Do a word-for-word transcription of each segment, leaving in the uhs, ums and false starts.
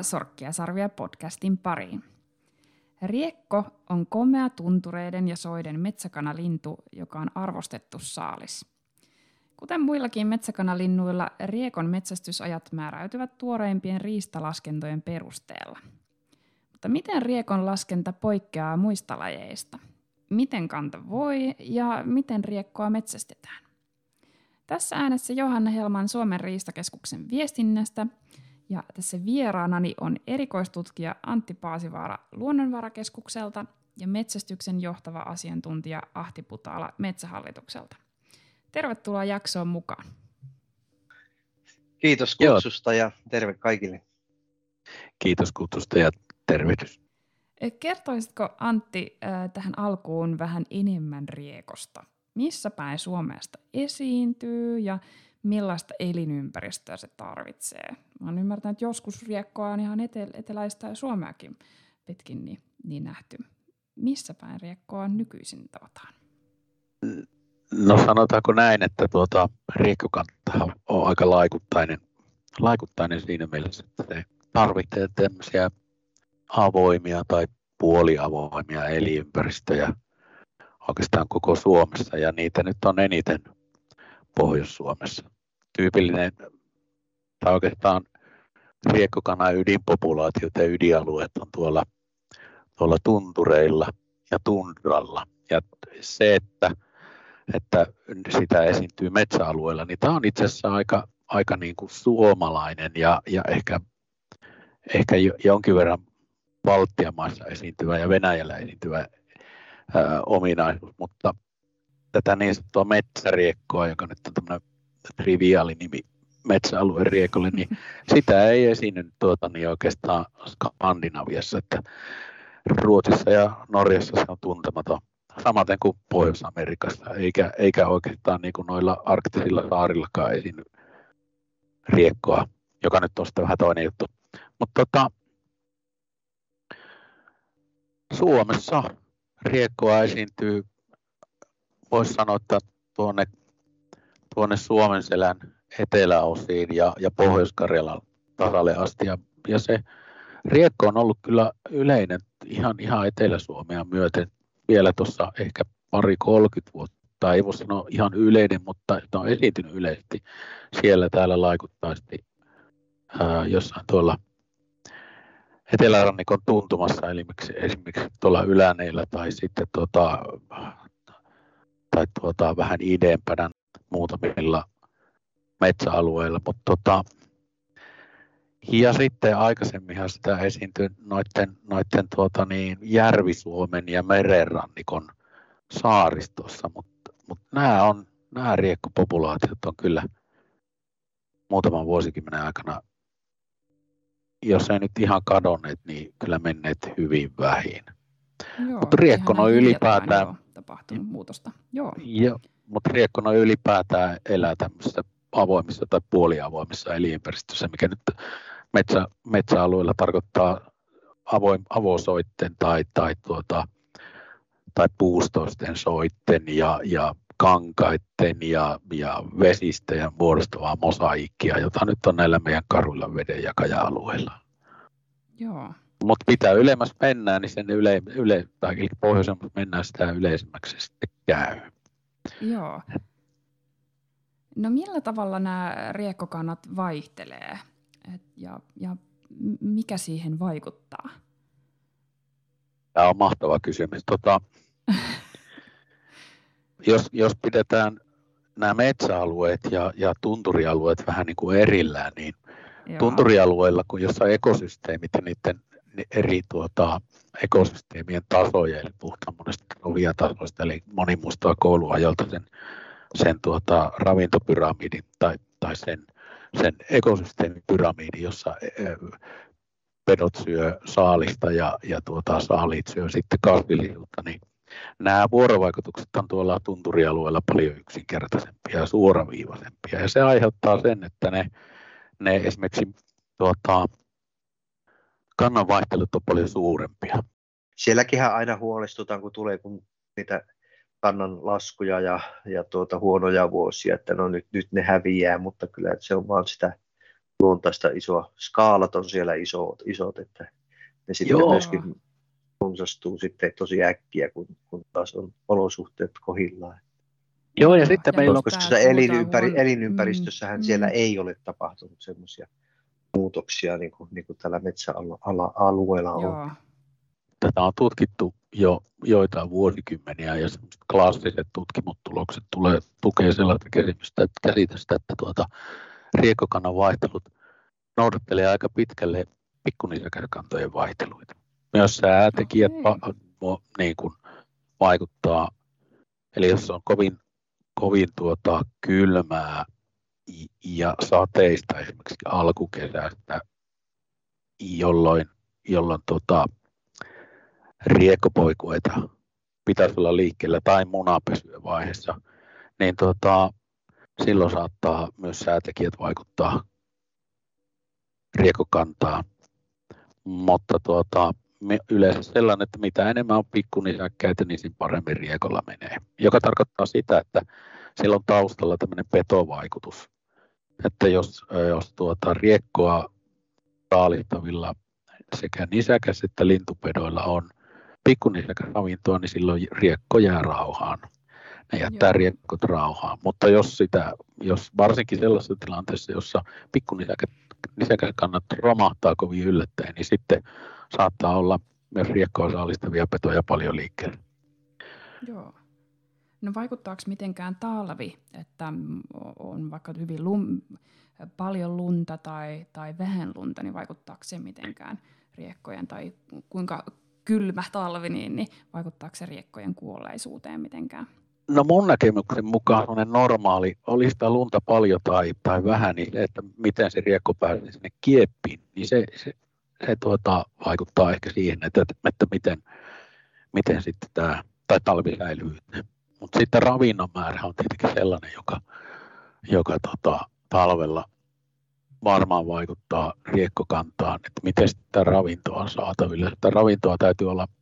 Tervetuloa Sorkkia sarvia podcastin pariin. Riekko on komea tuntureiden ja soiden metsäkanalintu, joka on arvostettu saalis. Kuten muillakin metsäkanalinnuilla, riekon metsästysajat määräytyvät tuoreimpien riistalaskentojen perusteella. Mutta miten riekon laskenta poikkeaa muista lajeista? Miten kanta voi ja miten riekkoa metsästetään? Tässä äänessä Johanna Helman Suomen riistakeskuksen viestinnästä. Ja tässä vieraanani on erikoistutkija Antti Paasivaara Luonnonvarakeskukselta ja metsästyksen johtava asiantuntija Ahti Putaala Metsähallitukselta. Tervetuloa jaksoon mukaan. Kiitos kutsusta ja terve kaikille. Kiitos kutsusta ja tervehdys. Kertoisitko Antti tähän alkuun vähän enemmän riekosta? Missä päin Suomesta esiintyy ja millaista elinympäristöä se tarvitsee? Mä oon ymmärtänyt, että joskus riekkoa on ihan etel- eteläistä ja Suomeakin pitkin niin, niin nähty. Missä päin riekkoa nykyisin tavataan? No sanotaanko näin, että tuota, riekkokanta on aika laikuttainen, laikuttainen siinä mielessä, että se tarvitsee tämmöisiä avoimia tai puoliavoimia elinympäristöjä oikeastaan koko Suomessa, ja niitä nyt on eniten Pohjois-Suomessa. Tyypillinen, tai oikeastaan riekkokannan ydinpopulaatiot ja ydinalueet on tuolla, tuolla tuntureilla ja tundralla. Ja se, että, että sitä esiintyy metsäalueella, niin tämä on itse asiassa aika, aika niin kuin suomalainen ja, ja ehkä, ehkä jonkin verran Baltian maissa esiintyvä ja Venäjällä esiintyvä ää, ominaisuus, mutta tätä niin sanottua metsäriekkoa, joka nyt on tämmöinen triviaali nimi metsäalueen riekolle, niin sitä ei esiinny tuota, niin oikeastaan Skandinaviassa, että Ruotsissa ja Norjassa se on tuntematon, samaten kuin Pohjois-Amerikassa, eikä, eikä oikeastaan niin kuin noilla arktisilla saarillakaan esiinny riekkoa, joka nyt on sitten vähän toinen juttu. Mutta tota, Suomessa riekkoa esiintyy, voisi sanoa, että tuonne, tuonne Suomenselän eteläosiin ja, ja Pohjois-Karjalan tasalle asti. Ja, ja se riekko on ollut kyllä yleinen ihan, ihan Etelä-Suomea myöten vielä tuossa ehkä pari kolmekymmentä vuotta. Ei voi sanoa ihan yleinen, mutta on esiintynyt yleisesti siellä täällä laikuttaisesti ää, jossain tuolla Etelärannikon tuntumassa, eli esimerkiksi tuolla Yläneillä tai sitten tuota, tai tuota, vähän idempänä muutamilla metsäalueilla. Mutta tota, ja sitten aikaisemminhan sitä esiintyi noiden, noiden tuota niin, Järvi-Suomen ja merenrannikon saaristossa, mutta mut nämä, on, nämä riekkopopulaatiot on kyllä muutaman vuosikymmenen aikana, jos ei nyt ihan kadonneet, niin kyllä menneet hyvin vähin. Mutta riekko on ylipäätään jo tapahtunut muutosta. Joo. Jo, mutta riekko on ylipäätään elää tämmöisissä avoimissa tai puoliavoimissa elinympäristössä, mikä nyt metsä, metsäalueella tarkoittaa avoim, avosoitten tai, tai, tuota, tai puustoisten soitten ja, ja kankaitten ja, ja vesistöjen muodostavaa mosaikkia, jota nyt on näillä meidän karuilla veden ja kaja-alueilla. Joo. Mutta mitä ylemmäs mennään, niin sen yle, yle, tai pohjoisemmas mennään, sitä yleisemmäksi sitten käy. Joo. No millä tavalla nämä riekkokannat vaihtelee Et, ja, ja mikä siihen vaikuttaa? Tämä on mahtava kysymys. Tota, jos, jos pidetään nämä metsäalueet ja, ja tunturialueet vähän niin kuin erillään, niin Joo. tunturialueilla, kun jossa ekosysteemit ja niiden eri tuota, ekosysteemien tasoja, eli puhutaan monesta roviatasoista, eli moni muistaa kouluajalta sen, sen tuota, ravintopyramidin tai, tai sen, sen ekosysteemipyramidin, jossa pedot syö saalista ja, ja tuota, saaliit syö sitten kasvillisuutta, niin nämä vuorovaikutukset on tuolla tunturialueella paljon yksinkertaisempia ja suoraviivaisempia, ja se aiheuttaa sen, että ne, ne esimerkiksi tuota, kannanvaihtelut on paljon suurempia. Sielläkinhän aina huolestutaan, kun tulee kun niitä kannan laskuja ja, ja tuota, huonoja vuosia, että no nyt, nyt ne häviää, mutta kyllä se on vaan sitä luontaista isoa. Skaalat on siellä isot, isot että ne sitten Joo. myöskin runsastuu sitten tosi äkkiä, kun, kun taas on olosuhteet kohdillaan. Joo, ja sitten ja meillä on... Koska se elinympäri, huon... elinympäristössähän mm, siellä mm. ei ole tapahtunut semmoisia muutoksia, niin kuin, niin kuin tällä metsäalueella on. Joo. Tätä on tutkittu jo joitain vuosikymmeniä, ja klassiset tutkimustulokset tulee tukea sellaista käsitystä, että, käsitystä, että tuota, riekkokannan vaihtelut noudattelee aika pitkälle pikkunisäkäskantojen vaihteluita. Myös säätekijät okay. niin kuin vaikuttaa, eli jos on kovin, kovin tuota, kylmää ja sateista esimerkiksi alkukesästä, jolloin, jolloin tuota, riekkopoikueita pitäisi olla liikkeellä tai munapesyä vaiheessa, niin tuota, silloin saattaa myös säätekijät vaikuttaa riekkokantaan. Mutta tuota, yleensä sellainen, että mitä enemmän on pikkunisäkkäitä, niin siinä paremmin riekolla menee. Joka tarkoittaa sitä, että sillä on taustalla tämmöinen petovaikutus. Että jos, jos tuota riekkoa saalistavilla sekä nisäkäs että lintupedoilla on pikkunisäkäsravintoa, niin silloin riekko jää rauhaan. Ne jättää Joo. riekkot rauhaan. Mutta jos sitä, jos varsinkin sellaisessa tilanteessa, jossa pikkunisäkäskannat romahtaa kovin yllättäen, niin sitten saattaa olla myös riekkoa saalistavia petoja paljon liikkeellä. Joo. No vaikuttaako mitenkään talvi, että on vaikka hyvin lum, paljon lunta tai, tai vähän lunta, niin vaikuttaako se mitenkään riekkojen tai kuinka kylmä talvi, niin, niin vaikuttaako se riekkojen kuolleisuuteen mitenkään? No mun näkemyksen mukaan on normaali, oli sitä lunta paljon tai, tai vähän, niin se, että miten se riekko pääsee sinne kieppiin, niin se, se, se tuota, vaikuttaa ehkä siihen, että, että miten, miten sitten tämä tai talvi säilyy. Mutta sitten ravinnon määrä on tietenkin sellainen, joka, joka tota, talvella varmaan vaikuttaa riekkokantaan, että miten sitä ravintoa on saatavilla. Sitä ravintoa täytyy olla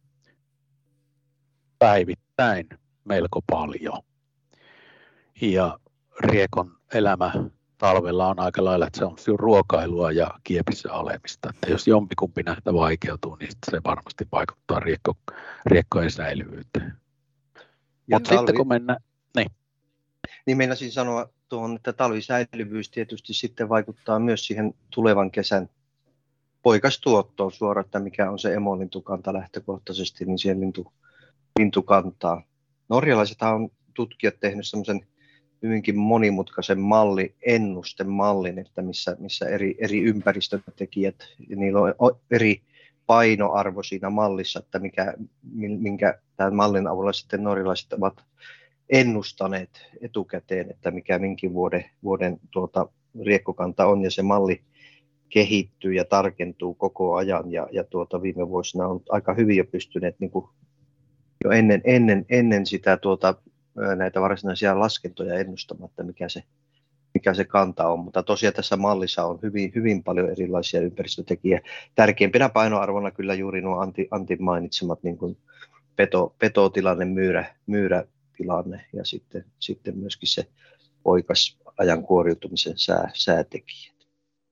päivittäin melko paljon. Ja riekon elämä talvella on aika lailla, että se on ruokailua ja kiepissä olemista. Että jos jompikumpi näistä vaikeutuu, niin se varmasti vaikuttaa riekko, riekkojen säilyvyyteen. Mutta sitten kun mennään... Niin, niin meinasin sanoa tuohon, että talvisäilyvyys tietysti sitten vaikuttaa myös siihen tulevan kesän poikastuottoon suoraan, että mikä on se emolintukanta lähtökohtaisesti, niin siihen lintu, lintukantaa. Norjalaisethan on tutkijat tehnyt semmoisen hyvinkin monimutkaisen malli, ennustemallin, että missä, missä eri, eri ympäristötekijät, ja niillä on eri painoarvo siinä mallissa, että mikä, minkä tämän mallin avulla sitten norjalaiset ovat ennustaneet etukäteen, että mikä minkin vuoden, vuoden tuota, riekkokanta on, ja se malli kehittyy ja tarkentuu koko ajan, ja, ja tuota, viime vuosina on aika hyvin jo pystyneet niin kuin jo ennen, ennen, ennen sitä tuota, näitä varsinaisia laskentoja ennustamatta, mikä se, mikä se kanta on. Mutta tosiaan tässä mallissa on hyvin, hyvin paljon erilaisia ympäristötekijä. Tärkeimpänä painoarvona kyllä juuri nuo Antti, Antin mainitsemat niin kuin peto, petotilanne, myyrä, myyrätilanne ja sitten, sitten myöskin se poikasajan kuoriutumisen sää, säätekijät.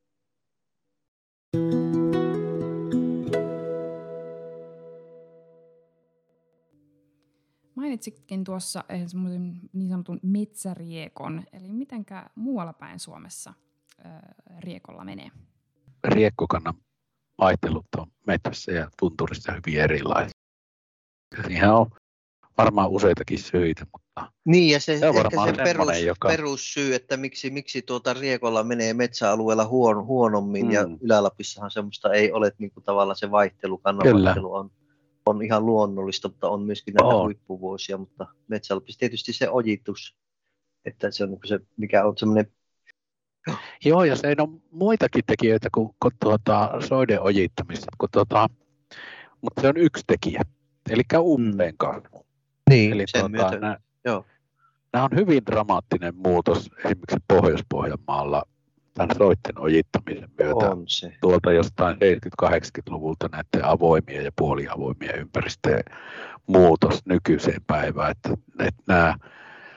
Mainitsitkin tuossa niin sanotun metsäriekon, eli mitenkä muualla päin Suomessa ää, riekolla menee? Riekkokannan vaihtelut on metsässä ja tunturissa hyvin erilaisia. Siihen on varmaan useitakin syitä, mutta niin, ja se, se on ehkä varmaan se perus, joka... perussyy, että miksi, miksi tuota riekolla menee metsäalueella huon, huonommin, mm. ja Ylä-Lapissahan semmoista ei ole, niin kuin tavallaan se vaihtelu, kannan vaihtelu on. on ihan luonnollista, mutta on myöskin näitä on. huippuvuosia, mutta Metsä-Lapissa tietysti se ojitus, että se on se, mikä on semmoinen... Joo, ja se on muitakin tekijöitä kuin, kuin tuota, soiden ojittamista, kuin tuota, mutta se on yksi tekijä, eli umpeen kasvu. Niin, eli sen tuota, myötä, nämä, joo. nämä on hyvin dramaattinen muutos esimerkiksi Pohjois-Pohjanmaalla tämän soitten ojittamisen myötä on se. Tuolta jostain seitsemänkymmentä-kahdeksankymmentäluvulta näiden avoimien ja puoliavoimien ympäristöjen muutos nykyiseen päivään. Että, että nämä,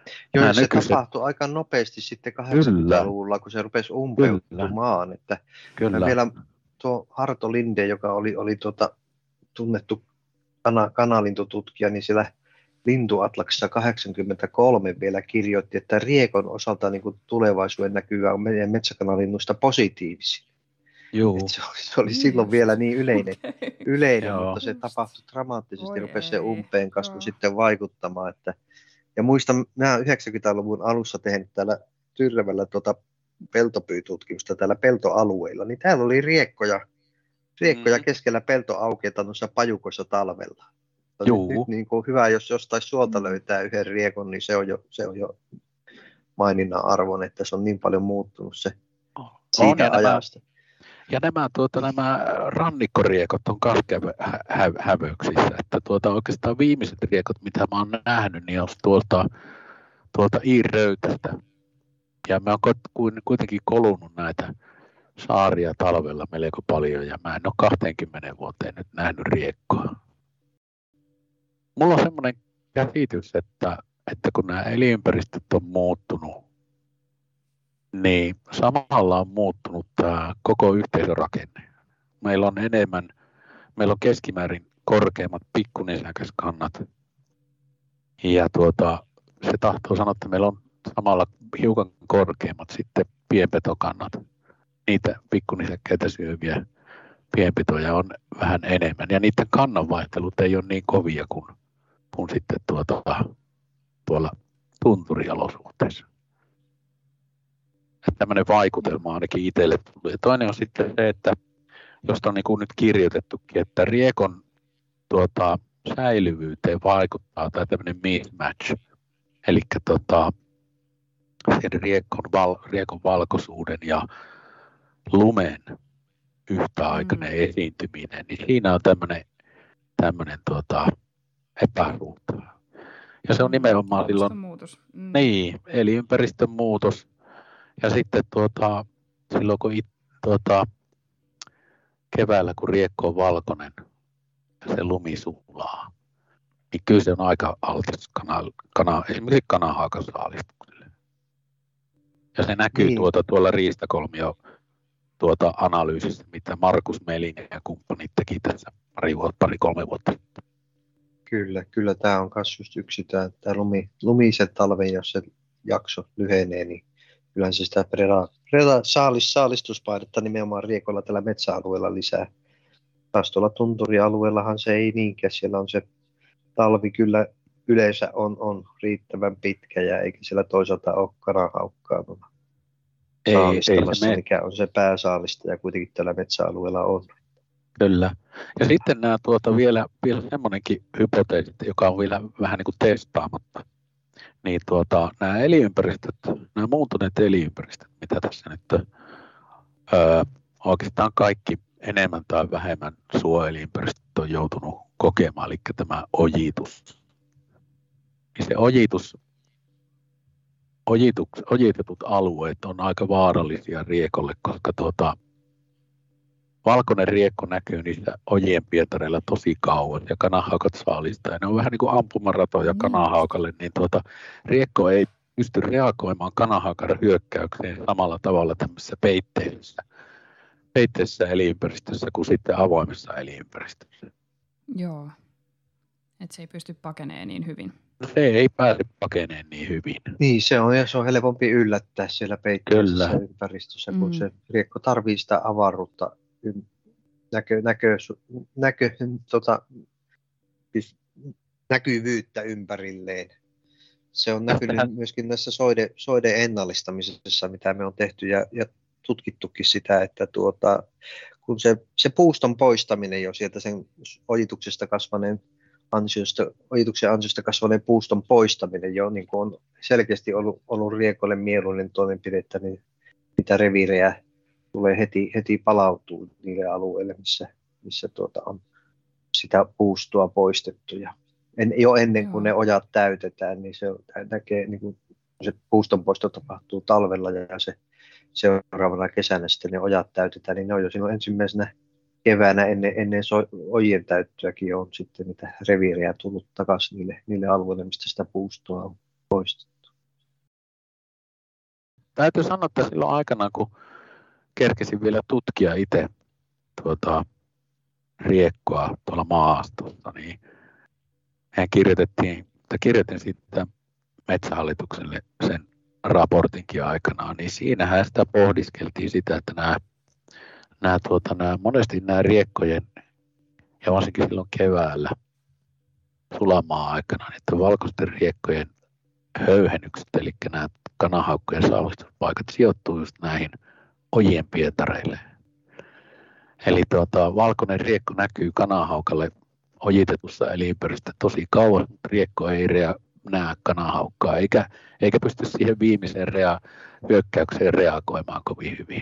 Joo, Nämä ja se nykyiset, tapahtui aika nopeasti sitten kyllä, kahdeksankymmentäluvulla, kun se rupesi kyllä, umpeutumaan. Että mä kyllä, vielä tuo Harto Linde, joka oli, oli tuota, tunnettu kana, kanalintututkija, niin siellä Lintuatlaksessa kahdeksankymmentäkolme vielä kirjoitti, että riekon osalta niin kuin tulevaisuuden näkyvä on meidän metsäkanalinnuista positiivisia. Et juu, se, oli, se oli Niin silloin just. vielä niin yleinen, Okei. yleinen joo, mutta se Just. tapahtui dramaattisesti, Voi rupesi se ei. umpeen kasvu Joo. sitten vaikuttamaan. Että, ja muistan, mä olen yhdeksänkymmentäluvun alussa tehnyt täällä Tyrvällä tuota peltopyytutkimusta täällä peltoalueilla, niin täällä oli riekkoja, riekkoja mm, keskellä peltoaukeita noissa pajukoissa talvella. Nyt, nyt juu, niin kuin hyvä, jos jostain suolta Mm. löytää yhden riekon, niin se on jo, se on jo maininnan arvon, että se on niin paljon muuttunut se on, siitä ja nämä, ajasta. ja nämä, tuota, nämä rannikkoriekot on myös hä, hä, häveyksissä, että tuota, oikeastaan viimeiset riekot, mitä mä oon nähnyt, niin on tuolta, tuolta Iiröytästä, ja mä oon kuitenkin kolunut näitä saaria talvella melko paljon, ja mä en ole kaksikymmentä vuoteen nyt nähnyt riekkoa. Mulla on semmoinen käsitys, että, että kun nämä elinympäristöt on muuttunut, niin samalla on muuttunut tämä koko yhteisörakenne. Meillä on enemmän, meillä on keskimäärin korkeammat pikkunisäkäskannat, ja tuota, se tahtoo sanoa, että meillä on samalla hiukan korkeammat sitten pienpetokannat. Niitä pikkunisäkkäitä syöviä pienpetoja on vähän enemmän, ja niiden kannanvaihtelut ei ole niin kovia kuin, kuin sitten tuota, tuolla tunturiolosuhteissa. Että tämmöinen vaikutelma ainakin itselle tuli. Ja toinen on sitten se, että josta on niin kuin nyt kirjoitettukin, että riekon tuota, säilyvyyteen vaikuttaa tämä tämmöinen mismatch, eli tota, sen riekon, val, riekon valkoisuuden ja lumen yhtäaikainen mm. esiintyminen, niin siinä on tämmöinen, tämmöinen tuota, epäsuhta. Ja se on nimenomaan mm, silloin, mm. niin, eli ympäristön muutos. Ja sitten tuota, silloin kun it, tuota, keväällä, kun riekko on valkoinen ja se lumi sulaa, niin kyllä se on aika altis kana, kana, esimerkiksi kanahaakan saalistukselle. Ja se näkyy niin. tuota, tuolla riistakolmio tuota analyysissä, mitä Markus Melinen ja kumppanit teki tässä pari, pari kolme vuotta sitten. Kyllä, kyllä tämä on myös just yksi tämä, tämä lumi, lumisen talven, jos se jakso lyhenee, niin kyllähän se sitä preda, preda, saalis, saalistuspainetta nimenomaan riekolla tällä metsäalueella lisää. Taas tuolla tunturialueellahan se ei niinkään, siellä on se talvi kyllä yleensä on, on riittävän pitkä ja eikä siellä toisaalta ole kanahaukkaa saalistamassa, mikä on se pääsaalista ja kuitenkin tällä metsäalueella on. Kyllä. Ja sitten nämä tuota vielä, vielä semmoinenkin hypoteesi, joka on vielä vähän niin kuin testaamatta. Niin tuota, nämä elinympäristöt, nämä muuntuneet elinympäristöt, mitä tässä nyt öö, oikeastaan kaikki enemmän tai vähemmän suoelinympäristöt on joutunut kokemaan, eli tämä ojitus. Niin se ojitus, ojitus, ojitetut alueet on aika vaarallisia riekolle, koska tuota, valkoinen riekko näkyy niissä ojien pietareilla tosi kauan ja kanahaukat saalistaa. Ja ne on vähän niin kuin ampumaratoja mm. kanahaukalle, niin tuota, riekko ei pysty reagoimaan kanahaukan hyökkäykseen samalla tavalla tämmöisessä peitteisessä, peitteisessä elinympäristössä kuin sitten avoimessa elinympäristössä. Joo, että se ei pysty pakeneen niin hyvin. Se ei pääse pakeneen niin hyvin. Niin, se on, ja se on helpompi yllättää siellä peitteisessä ympäristössä, kun mm. se riekko tarvitsee sitä avaruutta. Näkö, näkö, näkö, tota, näkyvyyttä ympärilleen. Se on näkynyt Tähän. myöskin näissä soiden, soiden ennallistamisessa, mitä me on tehty ja, ja tutkittukin sitä, että tuota, kun se, se puuston poistaminen jo sieltä sen ojituksesta kasvaneen ansiosta, ojituksen ansiosta kasvaneen puuston poistaminen jo niin kuin on selkeästi ollut, ollut riekolle mieluinen toimenpide, että niin, mitä reviirejä tulee heti, heti palautuu niille alueille, missä, missä tuota on sitä puustoa poistettu. Ja en, jo ennen kuin Joo. ne ojat täytetään, niin se näkee, niin kuin se puuston poisto tapahtuu talvella ja se seuraavana kesänä sitten ne ojat täytetään, niin ne on jo silloin ensimmäisenä keväänä ennen, ennen so, ojien täyttöäkin on sitten niitä reviirejä tullut takaisin niille, niille alueille, mistä sitä puustoa on poistettu. täytyy sanoa, että silloin aikanaan, kun kerkesin vielä tutkia itse tuota, riekkoa tuolla maastossa, niin mehän kirjoitettiin, tai kirjoitin sitten Metsähallitukselle sen raportinkin aikanaan, niin siinähän sitä pohdiskeltiin sitä, että nämä, nämä, tuota, nämä monesti nämä riekkojen, ja varsinkin silloin keväällä sulamaa aikana, että valkoisten riekkojen höyhennykset, eli nämä kanahaukkojen saalistuspaikat sijoittuu just näihin ojien pietareille. Eli tuota, valkoinen riekko näkyy kanahaukalle ojitetussa elinympäristössä tosi kauan, mutta riekko ei rea, näe kanahaukkaa, eikä, eikä pysty siihen viimeiseen rea, hyökkäykseen reagoimaan kovin hyvin.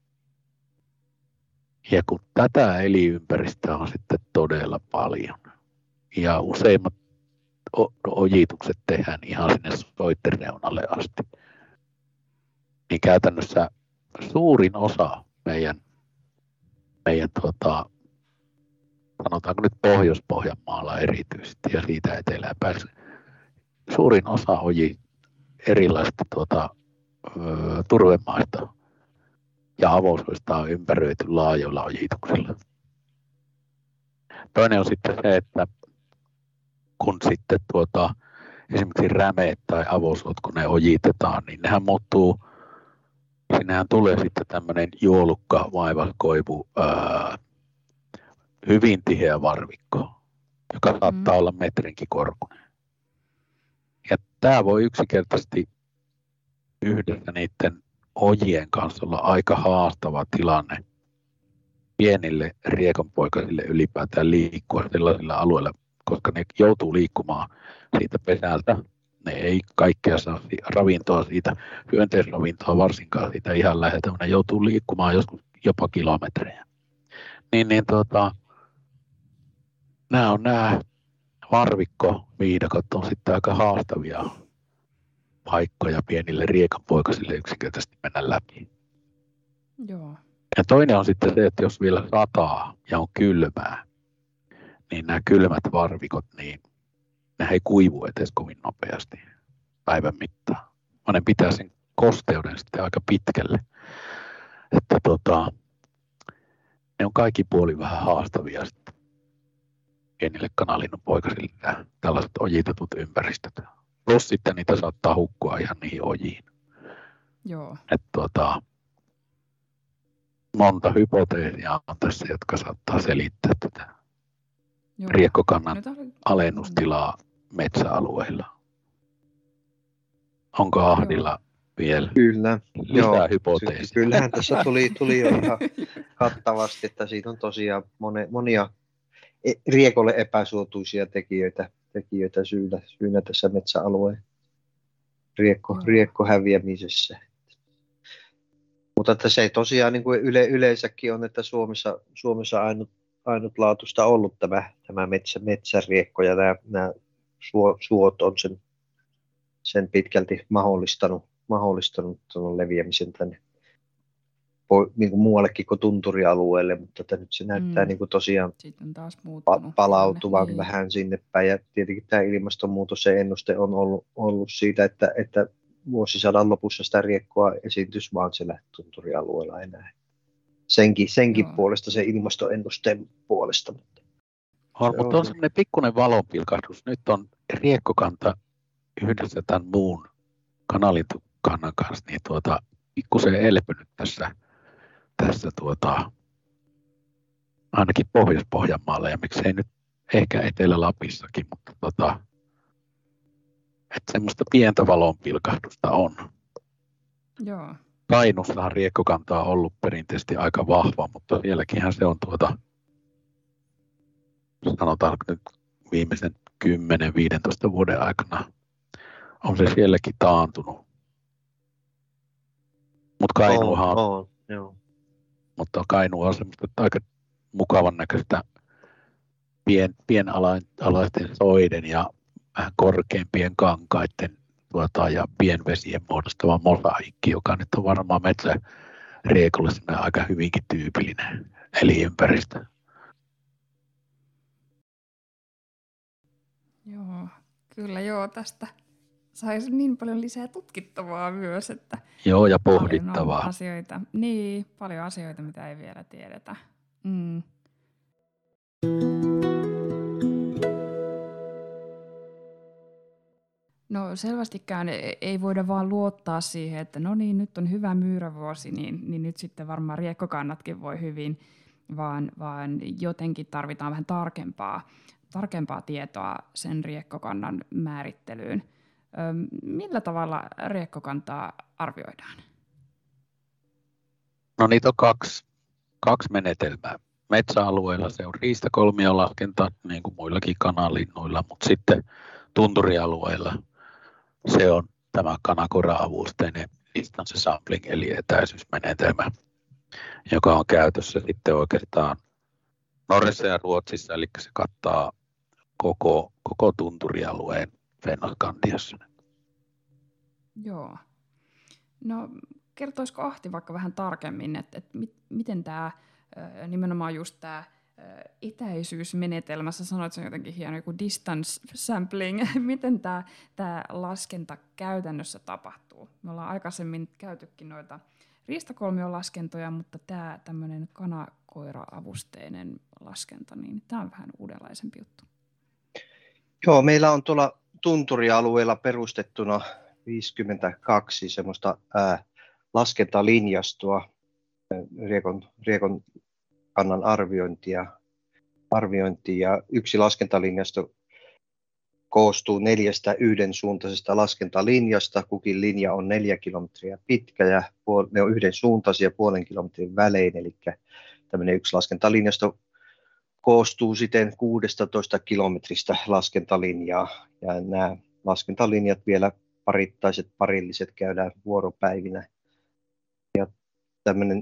Ja kun tätä elinympäristöä on sitten todella paljon, ja useimmat ojitukset tehdään ihan sinne soitten reunalle asti, niin käytännössä suurin osa meidän, meidän tuota, sanotaanko nyt Pohjois-Pohjanmaalla erityisesti ja siitä etelään päässä, suurin osa oji erilaista tuota, ö, turvemaista ja avosuista on ympäröity laajoilla ojituksilla. Toinen on sitten se, että kun sitten tuota, esimerkiksi rämeet tai avosuot, kun ne ojitetaan, niin nehän muuttuu, sinnehän tulee sitten tämmöinen juolukka, vaivaskoivu, ää, hyvin tiheä varvikko, joka saattaa mm. olla metrinkin korkuinen. Ja tämä voi yksinkertaisesti yhdessä niiden ojien kanssa olla aika haastava tilanne pienille riekonpoikasille ylipäätään liikkua sellaisilla alueilla, koska ne joutuu liikkumaan siitä pesältä. Ne ei kaikkea saa ravintoa siitä, hyönteisravintoa varsinkaan siitä ihan läheltä, ne joutuu liikkumaan joskus jopa kilometrejä. Niin, niin tuota, nämä on nämä varvikkoviidakot on sitten aika haastavia paikkoja pienille riekanpoikasille yksinkertaisesti mennä läpi. Joo. Ja toinen on sitten se, että jos vielä sataa ja on kylmää, niin nämä kylmät varvikot, niin ne ei kuivu edes kovin nopeasti päivän mittaan. Vaan ne pitää sen kosteuden sitten aika pitkälle. Että tota, ne on kaikki puoli vähän haastavia sitten pienille kanalinnunpoikasille tällaiset ojitetut ympäristöt. Plus sitten niitä saattaa hukkua ihan niihin ojiin. Joo. Et tota, monta hypoteesia on tässä, jotka saattaa selittää tätä Joo. riekkokannan oli... alennustilaa metsäalueilla. Onko Ahdilla Joo. vielä Kyllä. lisää Joo. hypoteesia? Kyllähän tässä tuli, tuli jo ihan kattavasti, että siitä on tosiaan monia, monia riekolle epäsuotuisia tekijöitä, tekijöitä syynä, syynä tässä metsäalueen riekko, riekko häviämisessä. Mutta että se tosiaan niin kuin yle, yleensäkin on, että Suomessa, Suomessa ainut, ainutlaatuista ollut tämä, tämä metsä, metsäriekko ja nämä, nämä suo, suot on sen, sen pitkälti mahdollistanut, mahdollistanut leviämisen tänne niin kuin muuallekin kuin tunturialueelle, mutta että nyt se näyttää mm. niin kuin tosiaan taas pa- palautuvan niin. vähän sinne päin. Ja tietenkin tämä ilmastonmuutos, se ennuste on ollut, ollut siitä, että, että vuosisadan lopussa sitä riekkoa esiintyisi vaan siellä tunturialueella enää. Senkin, senkin puolesta, se ilmastoennusteen puolesta. Mutta on, mutta on semmoinen pikkuinen valonpilkahdus. Nyt on riekkokanta yhdessä tämän muun kanalintukannan kanssa niin tuota, pikkusen elpynyt tässä, tässä tuota, ainakin Pohjois-Pohjanmaalla ja miksei nyt ehkä Etelä-Lapissakin, mutta tota, että semmoista pientä valonpilkahdusta on. Joo. Kainuussahan riekkokanta on ollut perinteisesti aika vahva, mutta sielläkinhän se on tuota, sanotaan nyt viimeisen kymmenen viisitoista vuoden aikana on se sielläkin taantunut. Mutta Kainuuhan on, on, on, mutta Kainuu on semmoista aika mukavan näköistä pien, pienalaisten soiden ja vähän korkeampien kankaiden tuota, ja pienvesien muodostava mosaikki, joka nyt on varmaan metsäriekolle aika hyvinkin tyypillinen elinympäristö. Joo, kyllä joo, tästä saisi niin paljon lisää tutkittavaa myös, että Joo, ja paljon on pohdittavaa. asioita, niin, paljon asioita, mitä ei vielä tiedetä. Mm. No selvästikään ei voida vaan luottaa siihen, että no niin, nyt on hyvä myyrävuosi, niin, niin nyt sitten varmaan riekkokannatkin voi hyvin, vaan, vaan jotenkin tarvitaan vähän tarkempaa, tarkempaa tietoa sen riekkokannan määrittelyyn. Ö, millä tavalla riekkokantaa arvioidaan? No niitä on kaksi, kaksi menetelmää. Metsäalueilla se on riistakolmiolaskenta, niin kuin muillakin kanalinnuilla, mutta sitten tunturialueilla se on tämä kanakoira-avusteinen distance sampling eli etäisyysmenetelmä, joka on käytössä sitten oikeastaan Norjassa ja Ruotsissa, eli se kattaa koko, koko tunturialueen Fennoskandiassa. Joo. No kertoisiko Ahti vaikka vähän tarkemmin, että, että mit, miten tämä nimenomaan just tämä etäisyysmenetelmässä, sanoit sen jotenkin hieno, joku distance sampling, miten tämä, tämä laskenta käytännössä tapahtuu? Me ollaan aikaisemmin käytykin noita riistakolmion laskentoja, mutta tämä tämmöinen kanakoira-avusteinen laskenta, niin tämä on vähän uudenlaisempi juttu. Joo, meillä on tuolla tunturialueella perustettuna viisikymmentäkaksi semmoista ää, laskentalinjastoa, riekon, riekon kannan arviointia, arviointia. Ja yksi laskentalinjasto koostuu neljästä yhdensuuntaisesta laskentalinjasta. Kukin linja on neljä kilometriä pitkä ja puol- ne on yhdensuuntaisia puolen kilometrin välein. Eli tämmöinen yksi laskentalinjasto koostuu siten kuusitoista kilometristä laskentalinjaa. Ja nämä laskentalinjat vielä parittaiset, parilliset käydään vuoropäivinä. Ja tämmöinen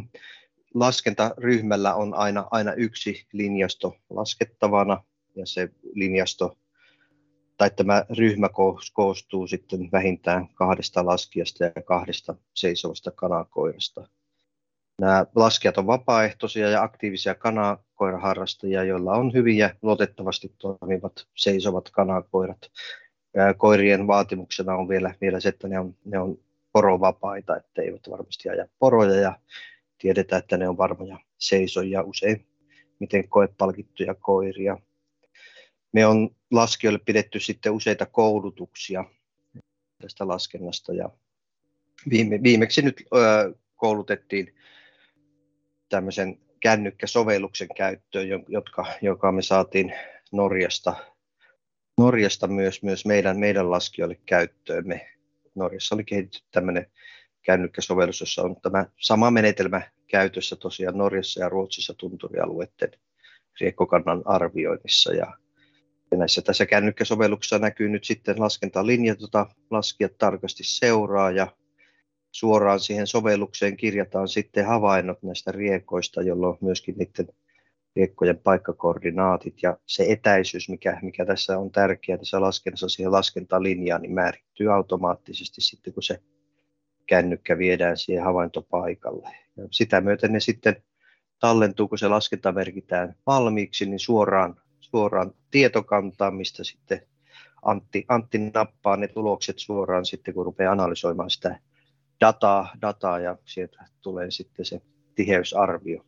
laskentaryhmällä on aina, aina yksi linjasto laskettavana ja se linjasto tai tämä ryhmä koostuu sitten vähintään kahdesta laskijasta ja kahdesta seisovasta kanakoirasta. Nämä laskijat on vapaaehtoisia ja aktiivisia kanakoiraharrastajia, joilla on hyviä luotettavasti toimivat seisovat kanakoirat. Ja koirien vaatimuksena on vielä, vielä se, että ne on, ne on porovapaita, että eivät varmasti aja poroja ja tiedetään, että ne on varmoja seisoja usein, miten koepalkittuja koiria. Me on laskijoille pidetty sitten useita koulutuksia tästä laskennasta ja viime, viimeksi nyt ö, koulutettiin tämmöisen kännykkäsovelluksen käyttöön, jotka, joka me saatiin Norjasta, Norjasta myös, myös meidän, meidän laskijoille käyttöön. Me Norjassa oli kehitetty tämmöinen kännykkäsovellus, jossa on tämä sama menetelmä käytössä tosiaan Norjassa ja Ruotsissa tunturialueiden riekkokannan arvioinnissa. Ja, ja näissä tässä kännykkäsovelluksessa näkyy nyt sitten laskentalinja, jota laskijat tarkasti seuraa ja suoraan siihen sovellukseen kirjataan sitten havainnot näistä riekoista, jolloin myöskin niiden riekkojen paikkakoordinaatit ja se etäisyys, mikä, mikä tässä on tärkeää tässä laskennassa siihen laskentalinjaan, niin määrittyy automaattisesti sitten, kun se kännykkä viedään siihen havaintopaikalle. Ja sitä myöten ne sitten tallentuu, kun se laskenta merkitään valmiiksi, niin suoraan, suoraan tietokantaan, mistä sitten Antti, Antti nappaa ne tulokset suoraan sitten, kun rupeaa analysoimaan sitä dataa, dataa ja sieltä tulee sitten se tiheysarvio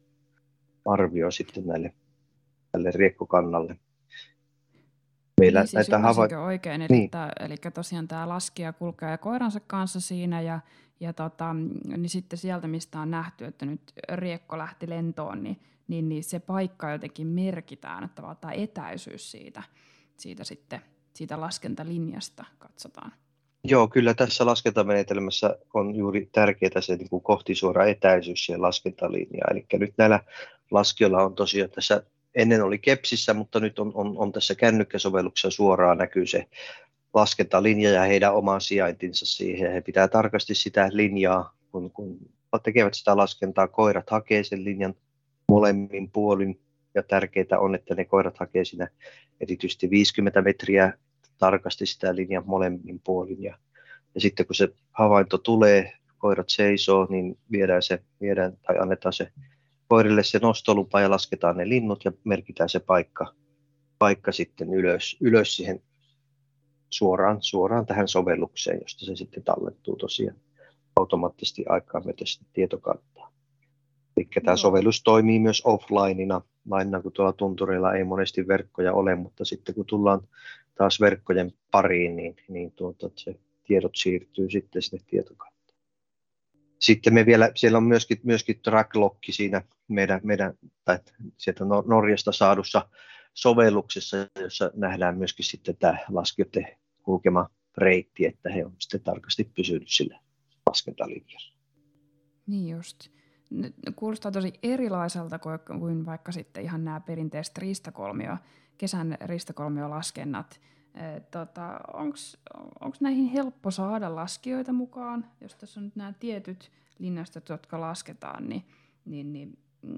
arvio sitten näille tälle riekkokannalle. Meillä niin siis hava- oikein, eli, niin. tämä, eli tosiaan tämä laskija kulkee koiransa kanssa siinä ja, ja tota, niin sitten sieltä, mistä on nähty, että nyt riekko lähti lentoon, niin, niin, niin se paikka jotenkin merkitään, että tämä etäisyys siitä, siitä, sitten, siitä laskentalinjasta katsotaan. Joo, kyllä tässä laskentamenetelmässä on juuri tärkeää se niin kuin kohtisuora etäisyys siihen laskentalinjaan. Eli nyt näillä laskijoilla on tosiaan tässä, ennen oli kepsissä, mutta nyt on, on, on tässä kännykkäsovelluksessa suoraan näkyy se laskentalinja ja heidän oma sijaintinsa siihen. He pitää tarkasti sitä linjaa, kun, kun tekevät sitä laskentaa, koirat hakee sen linjan molemmin puolin. Ja tärkeää on, että ne koirat hakee siinä erityisesti viisikymmentä metriä tarkasti sitä linjan molemmin puolin. Ja, ja sitten kun se havainto tulee, koirat seisoo, niin viedään se, viedään, tai annetaan se koirille se nostolupa ja lasketaan ne linnut ja merkitään se paikka, paikka sitten ylös, ylös siihen suoraan, suoraan tähän sovellukseen, josta se sitten tallettuu tosiaan automaattisesti aikaa myöten tietokantaa. Eli tämä sovellus toimii myös offlineina, lainina kun tuolla tuntureilla ei monesti verkkoja ole, mutta sitten kun tullaan taas verkkojen pariin, niin, niin tuota, se tiedot siirtyy sitten sinne tietokantaan. Sitten me vielä, siellä on myöskin, myöskin tracklogki siinä meidän, meidän tai sieltä Norjasta saadussa sovelluksessa, jossa nähdään myöskin sitten tämä laskijoiden kulkema reitti, että he on sitten tarkasti pysynyt sillä laskentalinjalla. Niin just. Kuulostaa tosi erilaiselta kuin vaikka sitten ihan nämä perinteiset riistakolmio, kesän riistakolmiolaskennat. Tota, onko näihin helppo saada laskijoita mukaan? Jos tässä on nyt nämä tietyt linnastot, jotka lasketaan, niin, niin, niin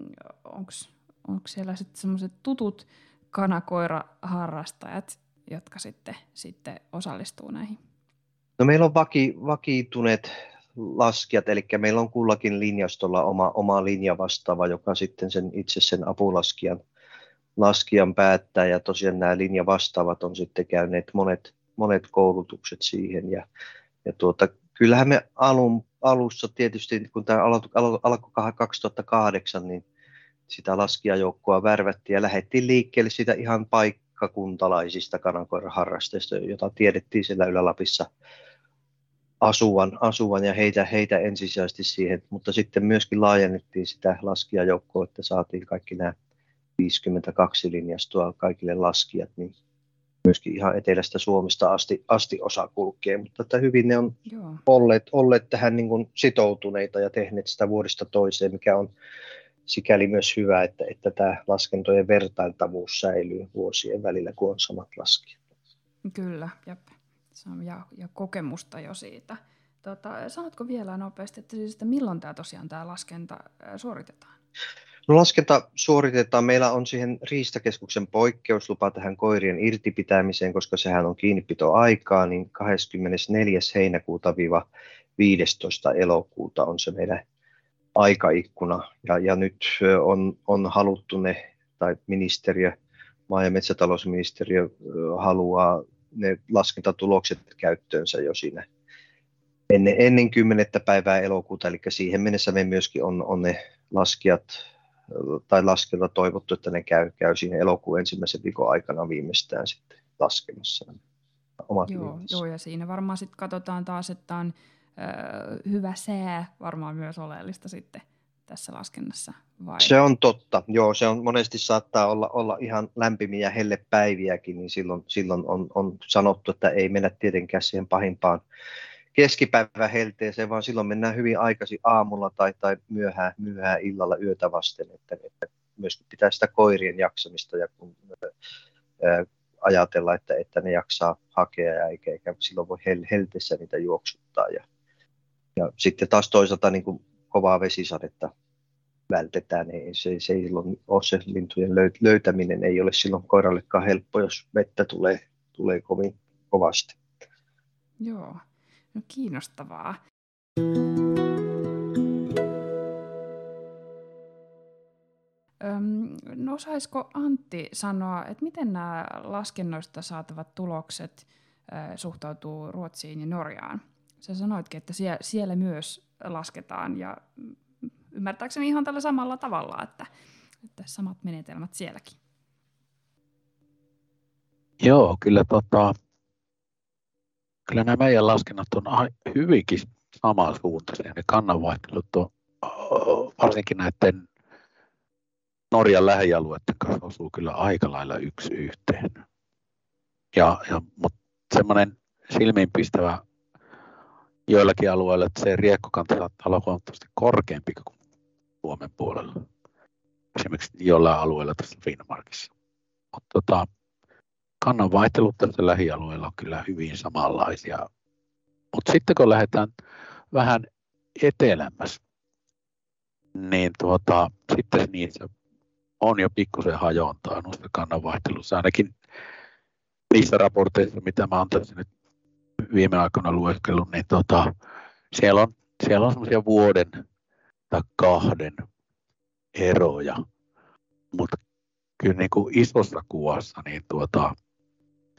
onko siellä sitten sellaiset tutut kanakoiraharrastajat, jotka sitten, sitten osallistuu näihin? No meillä on vaki, vakiintuneet laskijat, eli meillä on kullakin linjastolla oma, oma linja vastaava, joka sitten sen itse sen apulaskijan laskijan päättää, ja tosiaan nämä linjavastaavat on sitten käyneet monet, monet koulutukset siihen, ja, ja tuota, kyllähän me alun, alussa tietysti, kun tämä alkoi kaksituhattakahdeksan, niin sitä laskijajoukkoa värvättiin ja lähdettiin liikkeelle sitä ihan paikkakuntalaisista kanankoiraharrasteista, jota tiedettiin siellä Ylä-Lapissa asuvan, asuvan ja heitä, heitä ensisijaisesti siihen, mutta sitten myöskin laajennettiin sitä laskijajoukkoa, että saatiin kaikki nämä viisikymmentäkaksi linjastoa kaikille laskijat, niin myöskin ihan etelästä Suomesta asti, asti osa kulkee, mutta että hyvin ne on olleet, olleet tähän niin kuin sitoutuneita ja tehneet sitä vuodesta toiseen, mikä on sikäli myös hyvä, että, että tämä laskentojen vertailtavuus säilyy vuosien välillä, kun on samat laskijat. Kyllä, jep. Ja, ja kokemusta jo siitä. Tota, sanotko vielä nopeasti, että, siis, että milloin tämä tosiaan tämä laskenta suoritetaan? No, laskenta suoritetaan. Meillä on siihen Riistakeskuksen poikkeuslupa tähän koirien irtipitämiseen, koska sehän on kiinnipitoaikaa, niin kahdeskymmenesneljäs heinäkuuta viidestoista elokuuta on se meidän aikaikkuna. Ja, ja nyt on, on haluttu ne, tai ministeriö, maa- ja metsätalousministeriö haluaa ne laskentatulokset käyttöönsä jo siinä ennen, ennen kymmenettä päivää elokuuta, eli siihen mennessä me myöskin on, on ne laskijat tai laskenta toivottu, että ne käy, käy siinä elokuun ensimmäisen viikon aikana viimeistään sitten laskemassa omat joo, joo, ja siinä varmaan sitten katsotaan taas, että on ö, hyvä sää varmaan myös oleellista sitten tässä laskennassa. Vai? Se on totta, joo, se on monesti saattaa olla, olla ihan lämpimiä hellepäiviäkin, niin silloin, silloin on, on sanottu, että ei mennä tietenkään siihen pahimpaan keskipäivän helteeseen, vaan silloin mennään hyvin aikaisin aamulla tai, tai myöhään, myöhään illalla yötä vasten, että, että myöskin pitää sitä koirien jaksamista ja kun, ää, ajatella, että, että ne jaksaa hakea ja eikä, eikä silloin voi hel, helteessä niitä juoksuttaa. Ja, ja sitten taas toisaalta niin kuin kovaa vesisadetta vältetään, niin se, se ei silloin ole se lintujen löytäminen, ei ole silloin koirallekaan helppo, jos vettä tulee, tulee kovin kovasti. Joo. No kiinnostavaa. Öm, no osaisiko Antti sanoa, että miten nämä laskennoista saatavat tulokset äh, suhtautuu Ruotsiin ja Norjaan? Sä sanoitkin, että siellä, siellä myös lasketaan ja ymmärtääkseni ihan tällä samalla tavalla, että, että samat menetelmät sielläkin. Joo, kyllä tota... Kyllä nämä meidän laskennat on hyvinkin samansuuntaisia. Ne kannanvaihtelut on varsinkin näiden Norjan lähialueiden kanssa osuu kyllä aika lailla yksi yhteen. Ja, ja, mutta semmoinen silmiinpistävä joillakin alueilla, että se riekkokanta saattaa olla huomattavasti korkeampi kuin Suomen puolella. Esimerkiksi jollain alueella tässä Finnmarkissa. Mutta tota, kannanvaihtelut tässä lähialueella on kyllä hyvin samanlaisia. Mutta sitten kun lähdetään vähän etelämmässä, niin tuota, sitten niissä on jo pikkusen hajontaa noista kannanvaihtelussa. Ainakin niissä raporteissa, mitä mä oon tässä nyt viime aikoina lueskellut, niin tuota, siellä on, siellä on semmoisia vuoden tai kahden eroja. Mutta kyllä niin kuin isossa kuvassa niin tuota,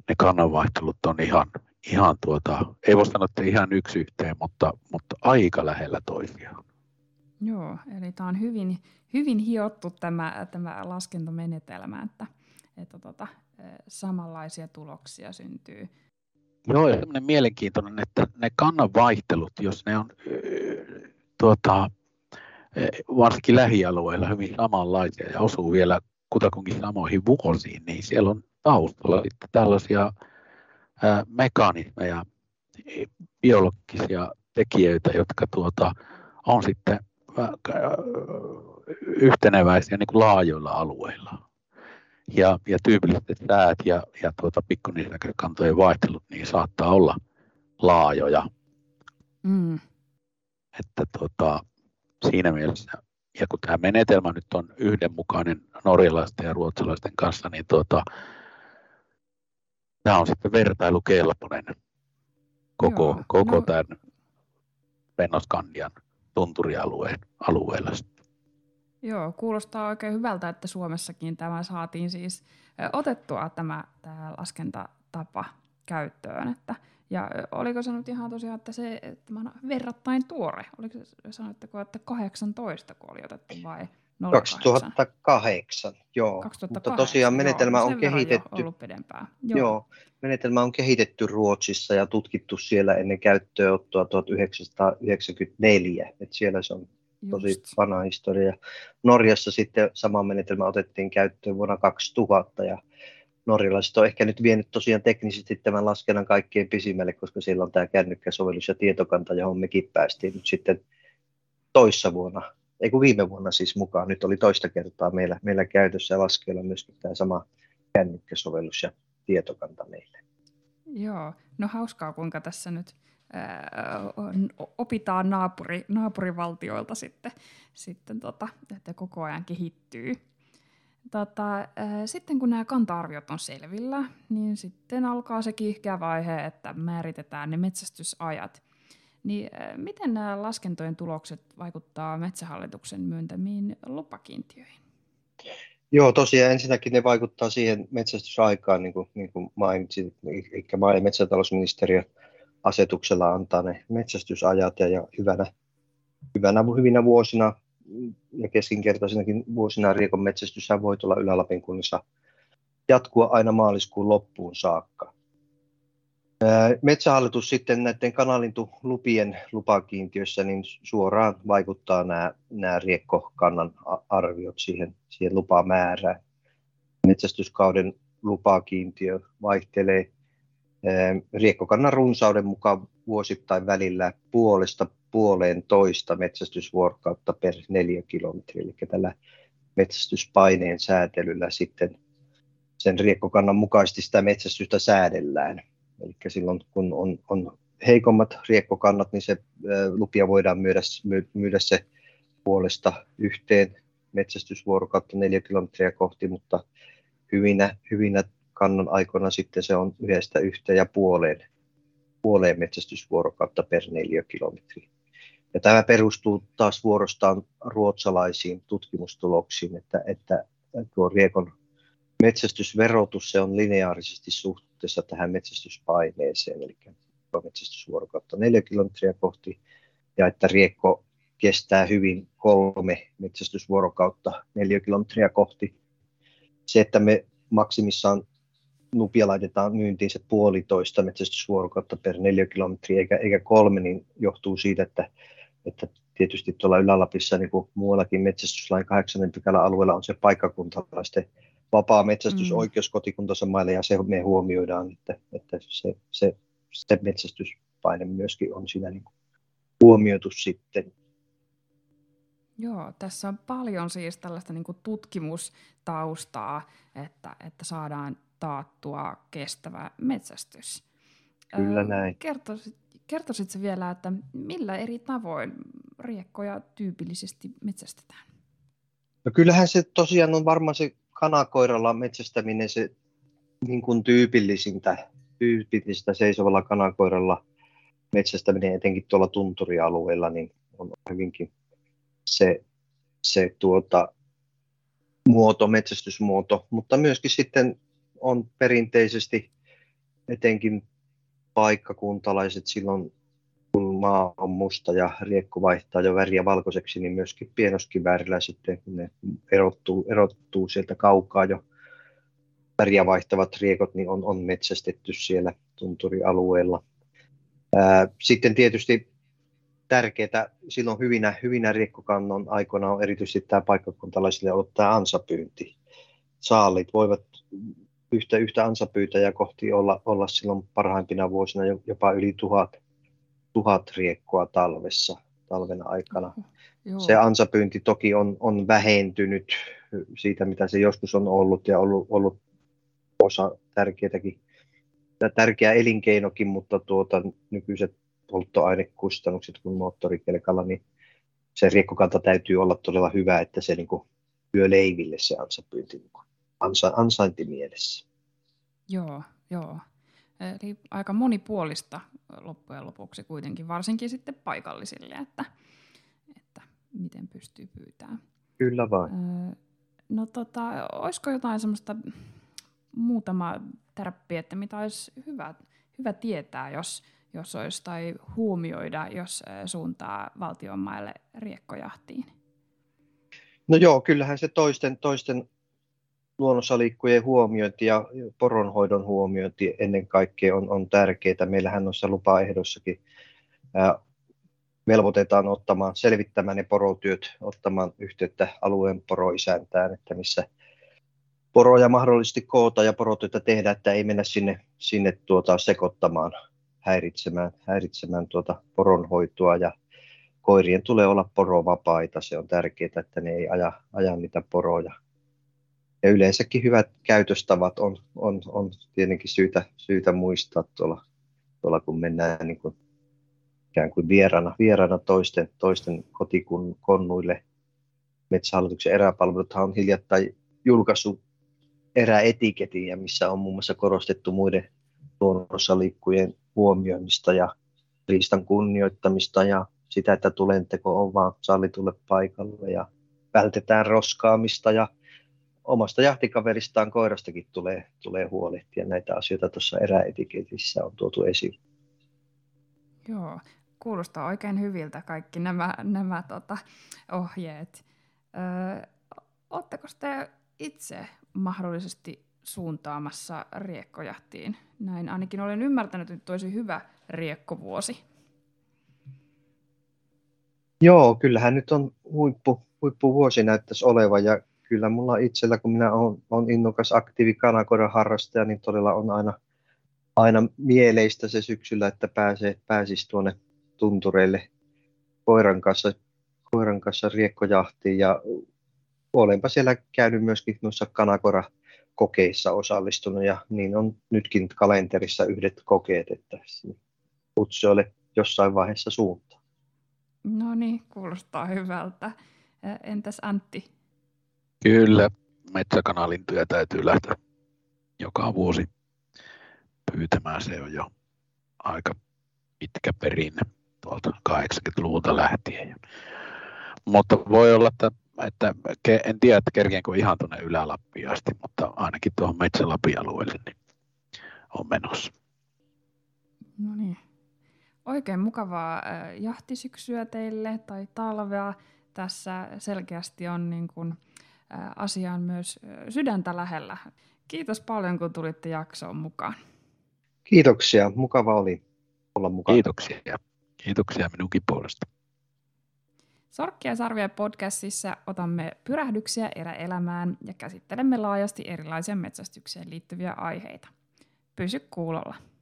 ne kannanvaihtelut on ihan, ihan tuota, ei voi sanoa, että ihan yksi yhteen, mutta, mutta aika lähellä toisiaan. Joo, eli tämä on hyvin, hyvin hiottu tämä, tämä laskentamenetelmä, että, että tota, samanlaisia tuloksia syntyy. Joo, ja semmoinen mielenkiintoinen, että ne kannanvaihtelut, jos ne on tuota, varsinkin lähialueilla hyvin samanlaisia ja osuu vielä kutakuinkin samoihin vuosiin, niin siellä on taustalla sitten tällaisia ää, mekanismeja, biologisia tekijöitä, jotka tuota, on sitten ää, yhteneväisiä niin kuin laajoilla alueilla. Ja, ja tyypilliset säät ja, ja tuota, pikkunisnäkökantojen vaihtelut niin saattaa olla laajoja. Mm. Että tuota, siinä mielessä, ja kun tämä menetelmä nyt on yhdenmukainen norjalaisten ja ruotsalaisten kanssa, niin tuota, tämä on sitten vertailukelpoinen koko, Joo, koko no, tämän Fennoskandian tunturialueen alueella. Joo, kuulostaa oikein hyvältä, että Suomessakin tämä saatiin siis otettua tämä, tämä laskentatapa käyttöön. Että, ja oliko se nyt ihan tosiaan, että se että tämä on verrattain tuore? Oliko se, sanoitteko, että kahdeksantoista kun oli otettu vai nolla kahdeksan? kaksituhattakahdeksan, joo. kaksituhattakahdeksan, Mutta tosiaan menetelmä joo, on kehitetty. ollut pidempään. Joo. Joo, menetelmä on kehitetty Ruotsissa ja tutkittu siellä ennen käyttöönottoa tuhatyhdeksänsataayhdeksänkymmentäneljä. Että siellä se on tosi Just. vanha historia. Norjassa sitten sama menetelmä otettiin käyttöön vuonna kaksituhatta ja norjalaiset on ehkä nyt vienyt tosiaan teknisesti tämän laskennan kaikkein pisimmälle, koska siellä on tämä kännykkäsovellus ja tietokanta, johon mekin päästiin nyt sitten toissa vuonna, ei kun viime vuonna siis mukaan. Nyt oli toista kertaa meillä, meillä käytössä ja laskijalla myöskin tämä sama kännykkäsovellus ja tietokanta meille. Joo, no hauskaa kuinka tässä nyt ää, opitaan naapuri, naapurivaltioilta sitten, sitten tota, että koko ajan kehittyy. Tota, ää, sitten kun nämä kanta-arviot on selvillä, niin sitten alkaa se kiihkeä vaihe, että määritetään ne metsästysajat. Niin ää, miten nämä laskentojen tulokset vaikuttaa Metsähallituksen myöntämiin lupakiintiöihin? Joo, tosiaan ensinnäkin ne vaikuttaa siihen metsästysaikaan, niin kuin, niin kuin mainitsin, eli maa- ja metsätalousministeriö asetuksella antaa ne metsästysajat ja, ja hyvänä, hyvänä, hyvinä vuosina ja keskinkertaisinakin vuosina riekon metsästyshän voi tulla Ylä-Lapin kunnissa jatkua aina maaliskuun loppuun saakka. Metsähallitus sitten näiden kanalintulupien lupakiintiöissä niin suoraan vaikuttaa nämä, nämä riekkokannan arviot siihen, siihen lupamäärään. Metsästyskauden lupakiintiö vaihtelee riekkokannan runsauden mukaan vuosittain välillä puolesta puoleen toista metsästysvuorokautta per neljä kilometriä. Eli tällä metsästyspaineen säätelyllä sitten sen riekkokannan mukaisesti sitä metsästystä säädellään. Eli silloin kun on, on heikommat riekkokannat, niin se ä, lupia voidaan myydä, myydä se puolesta yhteen metsästysvuorokautta neljä kilometriä kohti, mutta hyvinä, hyvinä kannan aikoina sitten se on yhdestä yhteen ja puoleen, puoleen metsästysvuorokautta per neljä kilometriä. Ja tämä perustuu taas vuorostaan ruotsalaisiin tutkimustuloksiin, että, että tuo riekon metsästysverotus se on lineaarisesti suhteessa tähän metsästyspaineeseen, eli metsästysvuorokautta neljä kilometriä kohti, ja että riekko kestää hyvin kolme metsästysvuorokautta neljä kilometriä kohti. Se, että me maksimissaan lupia laitetaan myyntiin se puolitoista metsästysvuorokautta per neljä kilometriä eikä, eikä kolme, niin johtuu siitä, että, että tietysti tuolla Ylä-Lapissa niin kuin muuallakin metsästyslain kahdeksannen pykälän alueella on se paikkakuntalaisten vapaa metsästysoikeus kotikuntansa maille, ja se me huomioidaan, että, että se, se, se metsästyspaine myöskin on siinä niin kuin huomioitu sitten. Joo, tässä on paljon siis tällaista niin kuin tutkimustaustaa, että, että saadaan taattua kestävä metsästys. Kyllä näin. Kertoisit, kertoisitko vielä, että millä eri tavoin riekkoja tyypillisesti metsästetään? No kyllähän se tosiaan on varmaan se kanakoiralla metsästäminen se niin kuin tyypillisintä, tyypillistä seisovalla kanakoiralla metsästäminen, etenkin tuolla tunturialueella, niin on hyvinkin se, se tuota, muoto, metsästysmuoto, mutta myöskin sitten on perinteisesti etenkin paikkakuntalaiset silloin, kun maa on musta ja riekko vaihtaa jo väriä valkoiseksi, niin myöskin pienoskiväärillä sitten, kun ne erottuu, erottuu sieltä kaukaa jo väriä vaihtavat riekot, niin on, on metsästetty siellä tunturialueella. Ää, sitten tietysti tärkeää silloin hyvinä, hyvinä riekkokannon aikoina on erityisesti tämä paikkakuntalaisille ollut tämä ansapyynti. Saalit voivat yhtä, yhtä ansapyytäjää kohti olla, olla silloin parhaimpina vuosina jopa yli tuhat, tuhat riekkoa talvessa, talven aikana. Joo. Se ansapyynti toki on, on vähentynyt siitä, mitä se joskus on ollut ja ollut, ollut osa tärkeätäkin, tärkeä elinkeinokin, mutta tuota, nykyiset polttoainekustannukset kuin moottorikelkalla, niin se riekkokanta täytyy olla todella hyvä, että se niin kuin lyö leiville se ansapyynti niin ansa, ansaintimielessä. Joo, joo. Eli aika monipuolista loppujen lopuksi kuitenkin, varsinkin sitten paikallisille, että, että miten pystyy pyytämään. Kyllä vaan. No tota, olisiko jotain semmoista muutama tärppi, että mitä olisi hyvä, hyvä tietää, jos, jos olisi tai huomioida, jos suuntaa valtion maille riekkojahtiin? No joo, kyllähän se toisten, toisten luonnossa liikkujien huomiointi ja poronhoidon huomiointi ennen kaikkea on, on tärkeää. Meillähän noissa lupaehdossakin ää, velvoitetaan ottamaan, selvittämään ne porotyöt, ottamaan yhteyttä alueen poroisäntään, että missä poroja mahdollisesti koota ja porotyötä tehdä, että ei mennä sinne, sinne tuota sekoittamaan, häiritsemään, häiritsemään tuota poronhoitoa. Ja koirien tulee olla porovapaita, se on tärkeää, että ne ei aja, aja niitä poroja. Ja yleensäkin hyvät käytöstavat on, on, on tietenkin syytä, syytä muistaa tuolla, tuolla kun mennään niin kuin, ikään kuin vierana, vierana toisten, toisten kotikonnuille. Metsähallituksen eräpalveluthan on hiljattain julkaissut eräetiketin, missä on muun muassa korostettu muiden luonnossa liikkujien huomioimista ja riistan kunnioittamista ja sitä, että tulenteko on vaan sallitulle paikalle ja vältetään roskaamista ja omasta jahtikaveristaan koirastakin tulee, tulee huolehtia. Näitä asioita tuossa eräetiketissä on tuotu esiin. Joo, kuulostaa oikein hyviltä kaikki nämä, nämä tota, ohjeet. Öö, Oletteko te itse mahdollisesti suuntaamassa riekkojahtiin? Näin ainakin olen ymmärtänyt, että olisi hyvä riekkovuosi. Joo, kyllähän nyt on huippu, huippuvuosi näyttäisi olevan ja kyllä mulla itsellä, kun minä olen, olen innokas aktiivi kanakoiran harrastaja, niin todella on aina, aina mieleistä se syksyllä, että pääsee, pääsisi tuonne tuntureille koiran kanssa, koiran kanssa riekkojahtiin ja olenpa siellä käynyt myöskin noissa kanakoirakokeissa osallistunut ja niin on nytkin kalenterissa yhdet kokeet, että kutsuille jossain vaiheessa suuntaan. No niin, kuulostaa hyvältä. Entäs Antti? Kyllä, metsäkanalintuja täytyy lähteä joka vuosi pyytämään. Se on jo aika pitkä perinne tuolta kahdeksankymmentäluvulta lähtien. Mutta voi olla, että, että en tiedä, että kerkeänkö ihan tuonne Ylä-Lappiin asti, mutta ainakin tuohon Metsä-Lapin alueelle niin on menossa. No niin. Oikein mukavaa jahtisyksyä teille tai talvea. Tässä selkeästi on niin kuin, ä, asiaan myös sydäntä lähellä. Kiitos paljon, kun tulitte jaksoon mukaan. Kiitoksia. Mukava oli olla mukana. Kiitoksia. Kiitoksia minunkin puolesta. Sorkkia ja sarvia podcastissa otamme pyrähdyksiä eräelämään ja käsittelemme laajasti erilaisia metsästykseen liittyviä aiheita. Pysy kuulolla.